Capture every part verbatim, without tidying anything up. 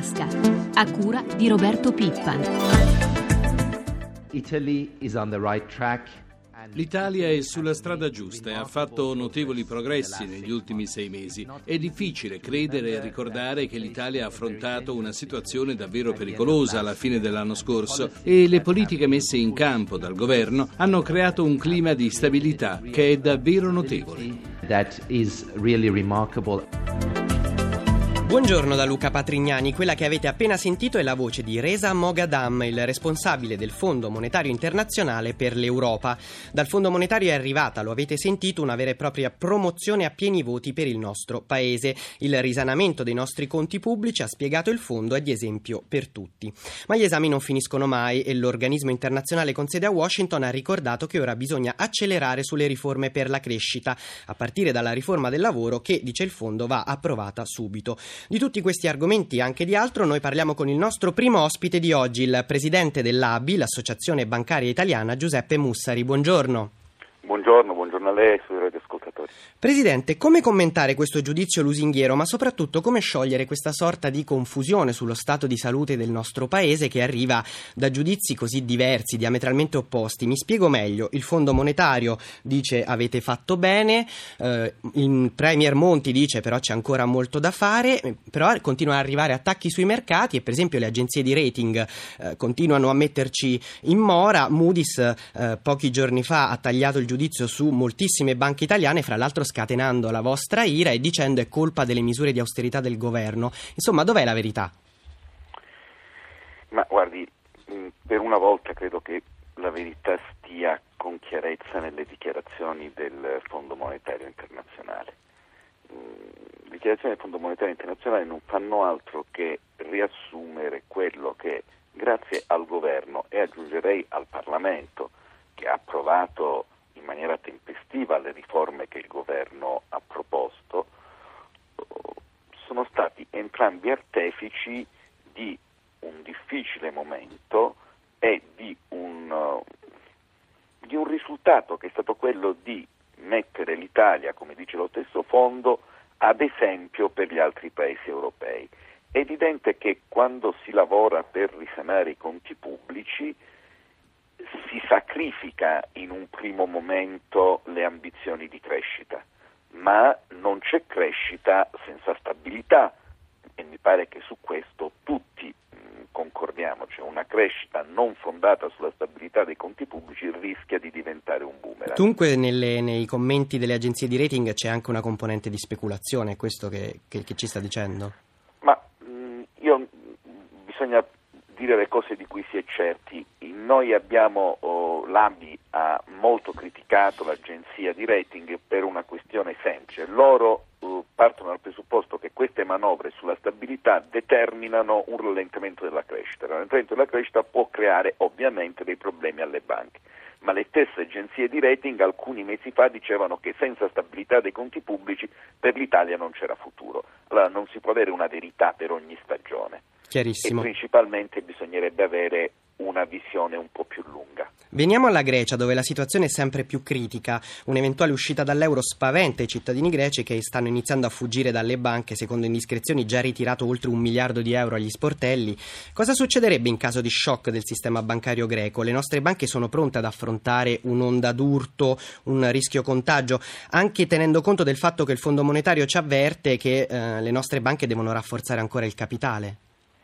tasca, a cura di Roberto Pippan. Italy is on the right track. L'Italia è sulla strada giusta e ha fatto notevoli progressi negli ultimi sei mesi. È difficile credere e ricordare che l'Italia ha affrontato una situazione davvero pericolosa alla fine dell'anno scorso e le politiche messe in campo dal governo hanno creato un clima di stabilità che è davvero notevole. That is really remarkable. Buongiorno da Luca Patrignani. Quella che avete appena sentito è la voce di Reza Moghadam, il responsabile del Fondo Monetario Internazionale per l'Europa. Dal Fondo Monetario è arrivata, lo avete sentito, una vera e propria promozione a pieni voti per il nostro paese. Il risanamento dei nostri conti pubblici, ha spiegato il fondo, è di esempio per tutti. Ma gli esami non finiscono mai e l'organismo internazionale con sede a Washington ha ricordato che ora bisogna accelerare sulle riforme per la crescita, a partire dalla riforma del lavoro che, dice il fondo, va approvata subito. Di tutti questi argomenti e anche di altro noi parliamo con il nostro primo ospite di oggi, il presidente dell'A B I, l'Associazione Bancaria Italiana, Giuseppe Mussari. Buongiorno. Buongiorno, buongiorno a lei e ai suoi radioascoltatori. Presidente, come commentare questo giudizio lusinghiero, ma soprattutto come sciogliere questa sorta di confusione sullo stato di salute del nostro paese che arriva da giudizi così diversi, diametralmente opposti? Mi spiego meglio. Il Fondo Monetario dice avete fatto bene, eh, il Premier Monti dice però c'è ancora molto da fare, però continuano ad arrivare attacchi sui mercati e per esempio le agenzie di rating eh, continuano a metterci in mora. Moody's eh, pochi giorni fa ha tagliato il giudizio su moltissime banche italiane, fra l'altro scatenando la vostra ira e dicendo è colpa delle misure di austerità del governo. Insomma, dov'è la verità? Ma guardi, per una volta credo che la verità stia con chiarezza nelle dichiarazioni del Fondo Monetario Internazionale. Le dichiarazioni del Fondo Monetario Internazionale non fanno altro che riassumere quello che, grazie al governo e aggiungerei al Parlamento, che ha approvato in maniera tempestiva le riforme che il governo ha proposto, sono stati entrambi artefici di un difficile momento e di un, uh, di un risultato che è stato quello di mettere l'Italia, come dice lo stesso fondo, ad esempio per gli altri paesi europei. È evidente che quando si lavora per risanare i conti pubblici si sacrifica in un primo momento le ambizioni di crescita, ma non c'è crescita senza stabilità e mi pare che su questo tutti mh, concordiamo, cioè una crescita non fondata sulla stabilità dei conti pubblici rischia di diventare un boomerang. Dunque nelle, nei commenti delle agenzie di rating c'è anche una componente di speculazione, è questo che, che, che ci sta dicendo? Ma mh, io bisogna dire le cose di cui si è certi. Noi abbiamo, oh, l'A B I ha molto criticato l'agenzia di rating per una questione semplice. Loro uh, partono dal presupposto che queste manovre sulla stabilità determinano un rallentamento della crescita. Il rallentamento della crescita può creare ovviamente dei problemi alle banche, ma le stesse agenzie di rating alcuni mesi fa dicevano che senza stabilità dei conti pubblici per l'Italia non c'era futuro. Allora non si può avere una verità per ogni stagione. Chiarissimo. E principalmente bisognerebbe avere una visione un po' più lunga. Veniamo alla Grecia, dove la situazione è sempre più critica. Un'eventuale uscita dall'euro spaventa i cittadini greci che stanno iniziando a fuggire dalle banche, secondo indiscrezioni già ritirato oltre un miliardo di euro agli sportelli. Cosa succederebbe in caso di shock del sistema bancario greco? Le nostre banche sono pronte ad affrontare un'onda d'urto, un rischio contagio, anche tenendo conto del fatto che il Fondo Monetario ci avverte che eh, le nostre banche devono rafforzare ancora il capitale?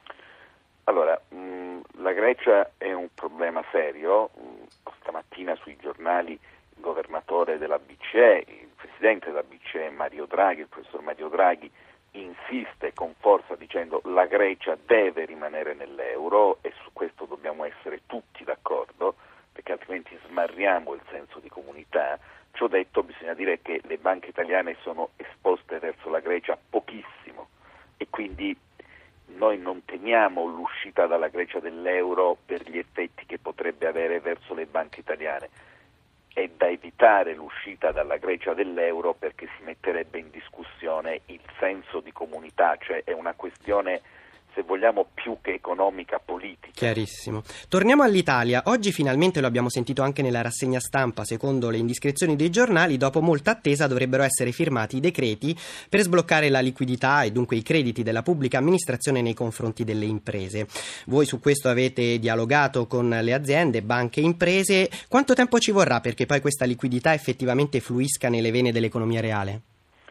Allora, mh, la Grecia è un problema serio. Mh, stamattina sui giornali il governatore della B C E, il presidente della B C E Mario Draghi, il professor Mario Draghi, insiste con forza dicendo la Grecia deve rimanere nell'euro e su questo dobbiamo essere tutti d'accordo perché altrimenti smarriamo il senso di comunità. Ciò detto, bisogna dire che le banche italiane sono esposte verso la Grecia pochissimo e quindi noi non temiamo l'uscita dalla Grecia dell'euro per gli effetti che potrebbe avere verso le banche italiane. È da evitare l'uscita dalla Grecia dell'euro perché si metterebbe in discussione il senso di comunità, cioè è una questione se vogliamo più che economica, politica. Chiarissimo. Torniamo all'Italia. Oggi finalmente lo abbiamo sentito anche nella rassegna stampa, secondo le indiscrezioni dei giornali, dopo molta attesa dovrebbero essere firmati i decreti per sbloccare la liquidità e dunque i crediti della pubblica amministrazione nei confronti delle imprese. Voi su questo avete dialogato con le aziende, banche e imprese. Quanto tempo ci vorrà perché poi questa liquidità effettivamente fluisca nelle vene dell'economia reale?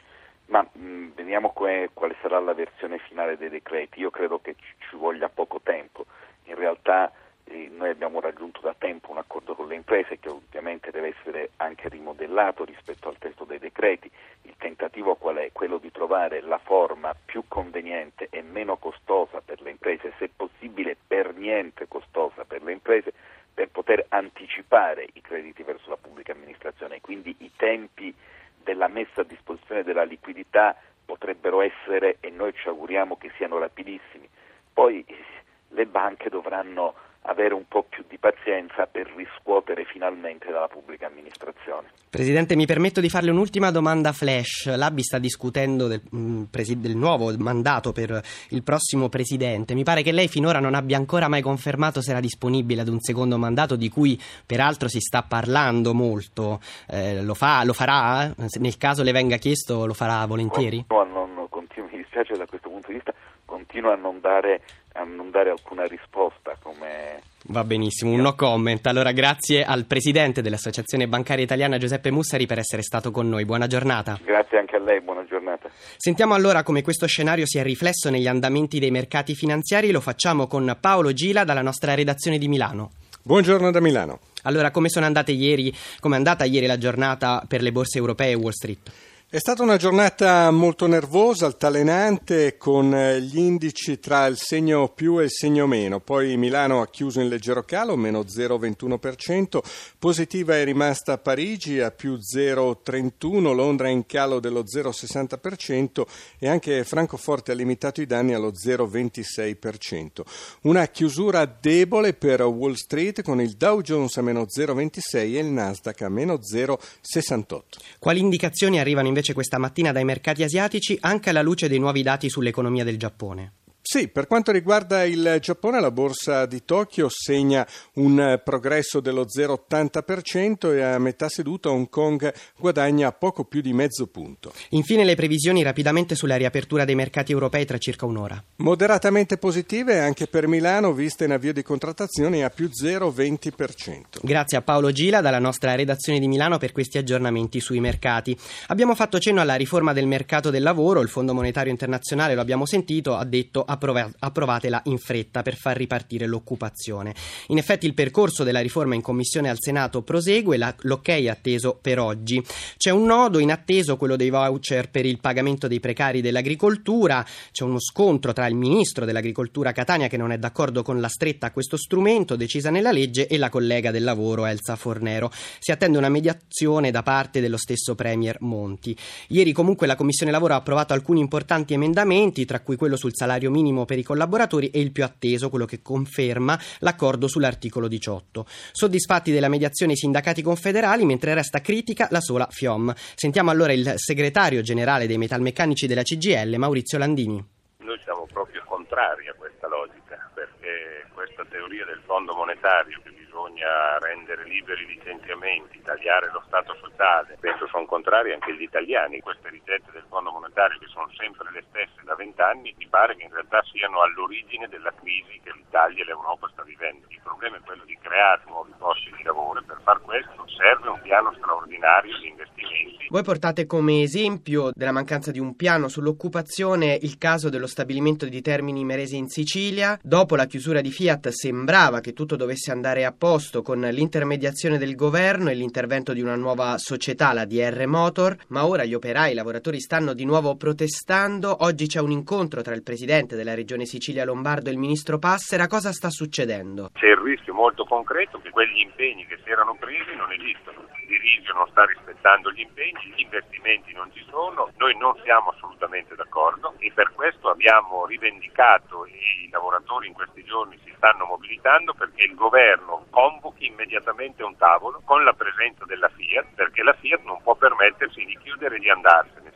Ma mh, vediamo que- quale sarà la versione finale dei decreti. Io credo che ci, ci voglia poco tempo. In realtà eh, noi abbiamo raggiunto da tempo un accordo con le imprese che ovviamente deve essere anche rimodellato rispetto al testo dei decreti. Il tentativo qual è? Quello di trovare la forma più conveniente e meno costosa per le imprese, se possibile per niente costosa per le imprese, per poter anticipare i crediti verso la pubblica amministrazione. Quindi i tempi della messa a disposizione della liquidità potrebbero essere, e noi ci auguriamo che siano rapidissimi. Poi le banche dovranno avere un po' più di pazienza per riscuotere finalmente dalla pubblica amministrazione. Presidente, mi permetto di farle un'ultima domanda flash. L'A B I sta discutendo del, mh, presi- del nuovo mandato per il prossimo presidente. Mi pare che lei finora non abbia ancora mai confermato se era disponibile ad un secondo mandato, di cui peraltro si sta parlando molto. Eh, lo fa, lo farà? Nel caso le venga chiesto, lo farà volentieri? Continuo a non, continuo, mi dispiace da questo punto di vista, continuo a non dare, a non dare alcuna risposta come... Va benissimo, un no comment. Allora grazie al Presidente dell'Associazione Bancaria Italiana Giuseppe Mussari per essere stato con noi. Buona giornata. Grazie anche a lei, buona giornata. Sentiamo allora come questo scenario si è riflesso negli andamenti dei mercati finanziari. Lo facciamo con Paolo Gila dalla nostra redazione di Milano. Buongiorno da Milano. Allora, come sono andate ieri, come è andata ieri la giornata per le borse europee e Wall Street? È stata una giornata molto nervosa, altalenante, con gli indici tra il segno più e il segno meno. Poi Milano ha chiuso in leggero calo, meno zero virgola ventuno per cento. Positiva è rimasta Parigi a più zero virgola trentuno, Londra in calo dello zero virgola sessanta per cento e anche Francoforte ha limitato i danni allo zero virgola ventisei per cento. Una chiusura debole per Wall Street con il Dow Jones a meno zero virgola ventisei e il Nasdaq a meno zero virgola sessantotto. Quali indicazioni arrivano invece questa mattina dai mercati asiatici, anche alla luce dei nuovi dati sull'economia del Giappone? Sì, per quanto riguarda il Giappone, la borsa di Tokyo segna un progresso dello zero virgola ottanta per cento e a metà seduta Hong Kong guadagna poco più di mezzo punto. Infine le previsioni rapidamente sulla riapertura dei mercati europei tra circa un'ora. Moderatamente positive anche per Milano, viste in avvio di contrattazioni a più zero virgola venti per cento. Grazie a Paolo Gila dalla nostra redazione di Milano per questi aggiornamenti sui mercati. Abbiamo fatto cenno alla riforma del mercato del lavoro. Il Fondo Monetario Internazionale, lo abbiamo sentito, ha detto approvatela in fretta per far ripartire l'occupazione. In effetti il percorso della riforma in Commissione al Senato prosegue, la, l'ok è atteso per oggi. C'è un nodo inatteso, quello dei voucher per il pagamento dei precari dell'agricoltura. C'è uno scontro tra il ministro dell'agricoltura Catania, che non è d'accordo con la stretta a questo strumento decisa nella legge, e la collega del lavoro Elsa Fornero. Si attende una mediazione da parte dello stesso Premier Monti. Ieri comunque la Commissione Lavoro ha approvato alcuni importanti emendamenti, tra cui quello sul salario minimo per i collaboratori e il più atteso, quello che conferma l'accordo sull'articolo diciotto. Soddisfatti della mediazione i sindacati confederali, mentre resta critica la sola FIOM. Sentiamo allora il segretario generale dei metalmeccanici della C G I L, Maurizio Landini. Noi siamo proprio contrari a questa logica, perché questa teoria del Fondo Monetario che bisogna rendere liberi i licenziamenti, tagliare lo Stato sociale, penso sono contrari anche gli italiani. Queste ricette del Fondo Monetario, che sono sempre le stesse da vent'anni, mi pare che in realtà siano all'origine della crisi che l'Italia e l'Europa sta vivendo. Il problema è quello di creare nuovi posti di lavoro e per far questo serve un piano straordinario di investimenti. Voi portate come esempio della mancanza di un piano sull'occupazione il caso dello stabilimento di Termini Imerese in Sicilia. Dopo la chiusura di Fiat sembrava che tutto dovesse andare a posto con l'intermediazione del governo e l'intervento di una nuova società, la D R Motor, ma ora gli operai, i lavoratori stanno di nuovo protestando. Oggi c'è un incontro tra il presidente della regione Sicilia Lombardo e il ministro Passera. Cosa sta succedendo? C'è il rischio molto concreto che quegli impegni che si erano presi non esistono. Dirigio non sta rispettando gli impegni, gli investimenti non ci sono, noi non siamo assolutamente d'accordo e per questo abbiamo rivendicato, e i lavoratori in questi giorni si stanno mobilitando, perché il governo convochi immediatamente un tavolo con la presenza della Fiat, perché la Fiat non può permettersi di chiudere e di andarsene.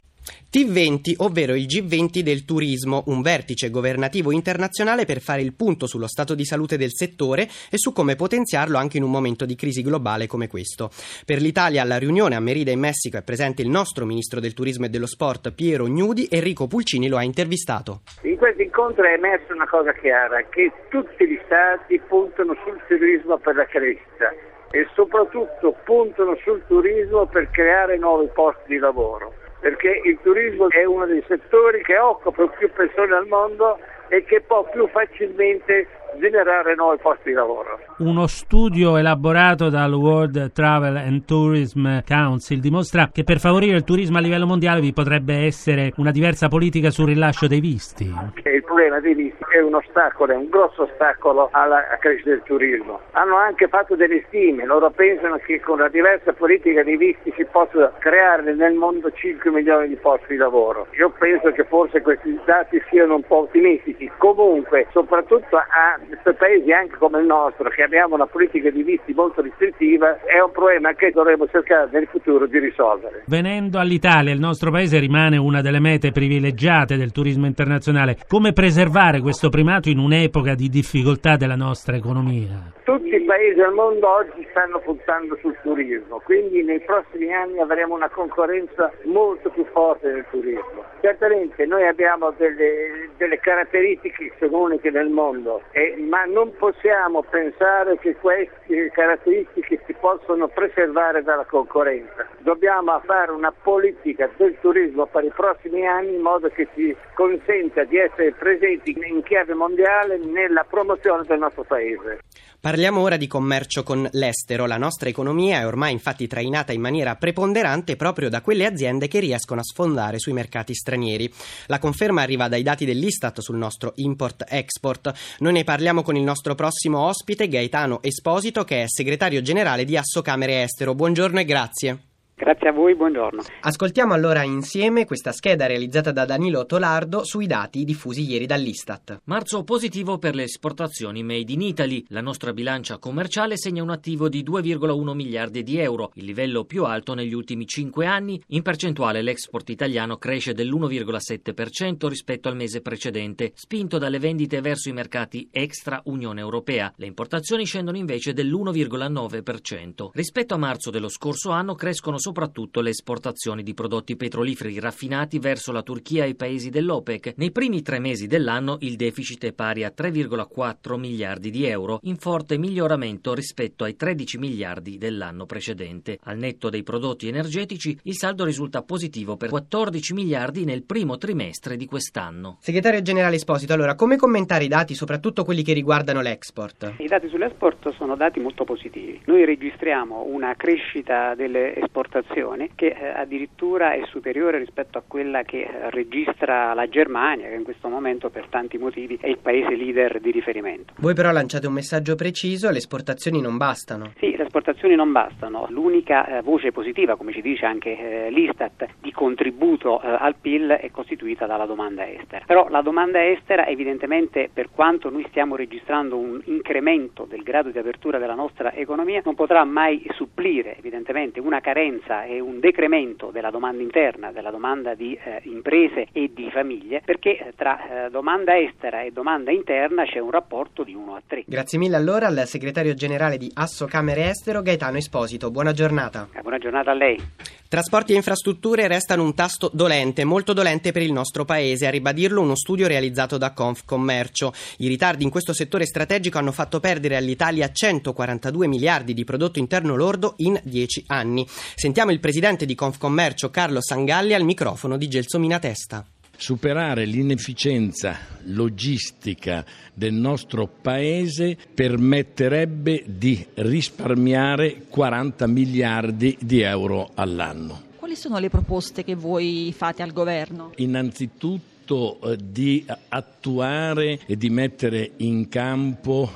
T venti, ovvero il G venti del turismo, un vertice governativo internazionale per fare il punto sullo stato di salute del settore e su come potenziarlo anche in un momento di crisi globale come questo. Per l'Italia alla riunione a Merida in Messico è presente il nostro ministro del turismo e dello sport Piero Gnudi. Enrico Pulcini lo ha intervistato. In questo incontro è emersa una cosa chiara, che tutti gli stati puntano sul turismo per la crescita e soprattutto puntano sul turismo per creare nuovi posti di lavoro, perché il turismo è uno dei settori che occupa più persone al mondo e che può più facilmente generare nuovi posti di lavoro. Uno studio elaborato dal World Travel and Tourism Council dimostra che per favorire il turismo a livello mondiale vi potrebbe essere una diversa politica sul rilascio dei visti. Il problema dei visti è un ostacolo, è un grosso ostacolo alla crescita del turismo. Hanno anche fatto delle stime, loro pensano che con la diversa politica dei visti si possa creare nel mondo cinque milioni di posti di lavoro. Io penso che forse questi dati siano un po' ottimistici. Comunque, soprattutto a per paesi anche come il nostro, che abbiamo una politica di visti molto restrittiva, è un problema che dovremo cercare nel futuro di risolvere. Venendo all'Italia, il nostro paese rimane una delle mete privilegiate del turismo internazionale. Come preservare questo primato in un'epoca di difficoltà della nostra economia? Tutti i paesi al mondo oggi stanno puntando sul turismo, quindi nei prossimi anni avremo una concorrenza molto più forte del turismo. Certamente noi abbiamo delle, delle caratteristiche che sono uniche nel mondo, eh, ma non possiamo pensare che queste caratteristiche si possono preservare dalla concorrenza. Dobbiamo fare una politica del turismo per i prossimi anni in modo che ci consenta di essere presenti in chiave mondiale nella promozione del nostro paese. Parliamo ora di commercio con l'estero. La nostra economia è ormai infatti trainata in maniera preponderante proprio da quelle aziende che riescono a sfondare sui mercati stranieri. La conferma arriva dai dati dell'Istat sul nostro import-export. Noi ne parliamo con il nostro prossimo ospite, Gaetano Esposito, che è segretario generale di Assocamere Estero. Buongiorno e grazie. Grazie a voi, buongiorno. Ascoltiamo allora insieme questa scheda realizzata da Danilo Tolardo sui dati diffusi ieri dall'Istat. Marzo positivo per le esportazioni made in Italy. La nostra bilancia commerciale segna un attivo di due virgola uno miliardi di euro, il livello più alto negli ultimi cinque anni. In percentuale l'export italiano cresce dell'uno virgola sette per cento rispetto al mese precedente, spinto dalle vendite verso i mercati extra Unione Europea. Le importazioni scendono invece dell'uno virgola nove per cento. Rispetto a marzo dello scorso anno crescono soprattutto le esportazioni di prodotti petroliferi raffinati verso la Turchia e i paesi dell'OPEC. Nei primi tre mesi dell'anno il deficit è pari a tre virgola quattro miliardi di euro, in forte miglioramento rispetto ai tredici miliardi dell'anno precedente. Al netto dei prodotti energetici, il saldo risulta positivo per quattordici miliardi nel primo trimestre di quest'anno. Segretario generale Esposito, allora come commentare i dati, soprattutto quelli che riguardano l'export? I dati sull'export sono dati molto positivi. Noi registriamo una crescita delle esportazioni che eh, addirittura è superiore rispetto a quella che eh, registra la Germania, che in questo momento per tanti motivi è il paese leader di riferimento. Voi però lanciate un messaggio preciso: le esportazioni non bastano. Sì, le esportazioni non bastano. L'unica eh, voce positiva, come ci dice anche eh, l'Istat, di contributo eh, al P I L è costituita dalla domanda estera. Però la domanda estera evidentemente, per quanto noi stiamo registrando un incremento del grado di apertura della nostra economia, non potrà mai supplire evidentemente una carenza e un decremento della domanda interna, della domanda di eh, imprese e di famiglie, perché tra eh, domanda estera e domanda interna c'è un rapporto di uno a tre. Grazie mille allora al segretario generale di Assocamere Estero, Gaetano Esposito. Buona giornata. Eh, buona giornata a lei. Trasporti e infrastrutture restano un tasto dolente, molto dolente per il nostro paese, a ribadirlo uno studio realizzato da Confcommercio. I ritardi in questo settore strategico hanno fatto perdere all'Italia centoquarantadue miliardi di prodotto interno lordo in dieci anni. Sentiamo il presidente di Confcommercio, Carlo Sangalli, al microfono di Gelsomina Testa. Superare l'inefficienza logistica del nostro paese permetterebbe di risparmiare quaranta miliardi di euro all'anno. Quali sono le proposte che voi fate al governo? Innanzitutto di attuare e di mettere in campo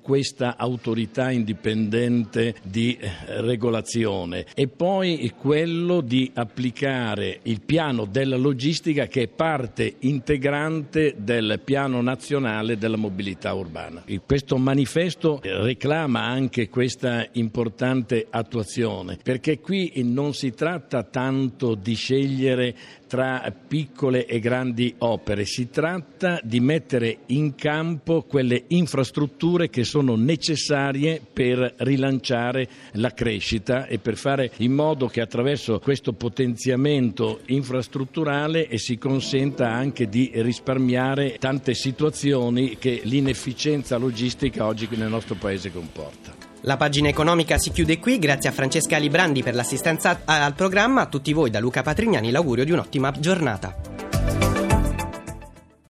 questa autorità indipendente di regolazione, e poi quello di applicare il piano della logistica, che è parte integrante del piano nazionale della mobilità urbana. Questo manifesto reclama anche questa importante attuazione, perché qui non si tratta tanto di scegliere tra piccole e grandi opere, si tratta di mettere in campo quelle infrastrutture che sono necessarie per rilanciare la crescita e per fare in modo che attraverso questo potenziamento infrastrutturale e si consenta anche di risparmiare tante situazioni che l'inefficienza logistica oggi nel nostro Paese comporta. La pagina economica si chiude qui, grazie a Francesca Librandi per l'assistenza al programma. A tutti voi da Luca Patrignani l'augurio di un'ottima giornata.